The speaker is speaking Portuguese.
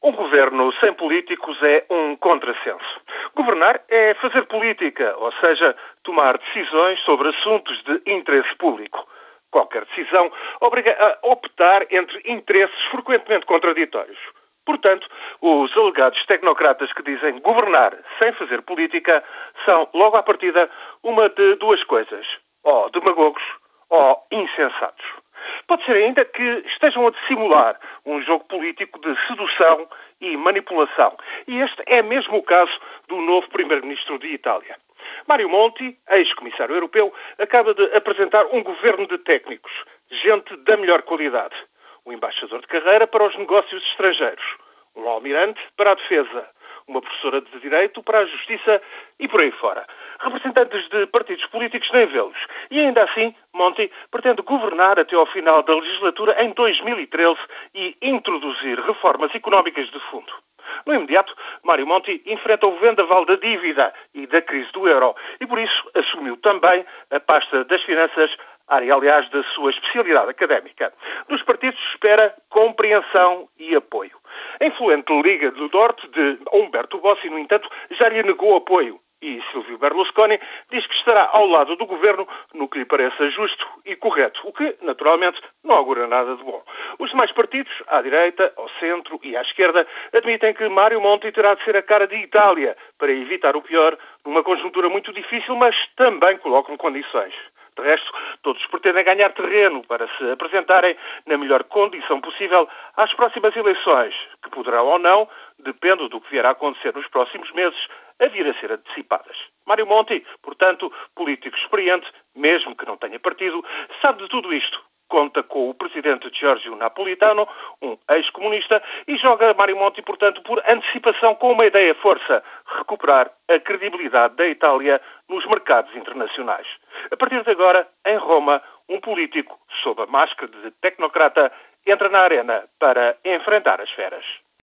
Um governo sem políticos é um contrassenso. Governar é fazer política, ou seja, tomar decisões sobre assuntos de interesse público. Qualquer decisão obriga a optar entre interesses frequentemente contraditórios. Portanto, os alegados tecnocratas que dizem governar sem fazer política são, logo à partida, uma de duas coisas: ou demagogos ou insensatos. Pode ser ainda que estejam a dissimular um jogo político de sedução e manipulação. E este é mesmo o caso do novo primeiro-ministro de Itália. Mario Monti, ex-comissário europeu, acaba de apresentar um governo de técnicos, gente da melhor qualidade. Um embaixador de carreira para os negócios estrangeiros, um almirante para a defesa, uma professora de direito para a justiça e por aí fora. Representantes de partidos políticos nem vê-los. E ainda assim, Monti pretende governar até ao final da legislatura em 2013 e introduzir reformas económicas de fundo. No imediato, Mario Monti enfrenta o vendaval da dívida e da crise do euro e, por isso, assumiu também a pasta das finanças, área, aliás, da sua especialidade académica. Dos partidos espera compreensão e apoio. A influente Liga do Norte de Umberto Bossi, no entanto, já lhe negou apoio. E Silvio Berlusconi diz que estará ao lado do governo no que lhe pareça justo e correto, o que, naturalmente, não augura nada de bom. Os demais partidos, à direita, ao centro e à esquerda, admitem que Mario Monti terá de ser a cara de Itália para evitar o pior numa conjuntura muito difícil, mas também colocam condições. De resto, todos pretendem ganhar terreno para se apresentarem na melhor condição possível às próximas eleições, que poderão ou não, depende do que vier a acontecer nos próximos meses, a vir a ser antecipadas. Mario Monti, portanto, político experiente, mesmo que não tenha partido, sabe de tudo isto. Conta com o presidente Giorgio Napolitano, um ex-comunista, e joga Mario Monti, portanto, por antecipação com uma ideia-força: recuperar a credibilidade da Itália nos mercados internacionais. A partir de agora, em Roma, um político, sob a máscara de tecnocrata, entra na arena para enfrentar as feras.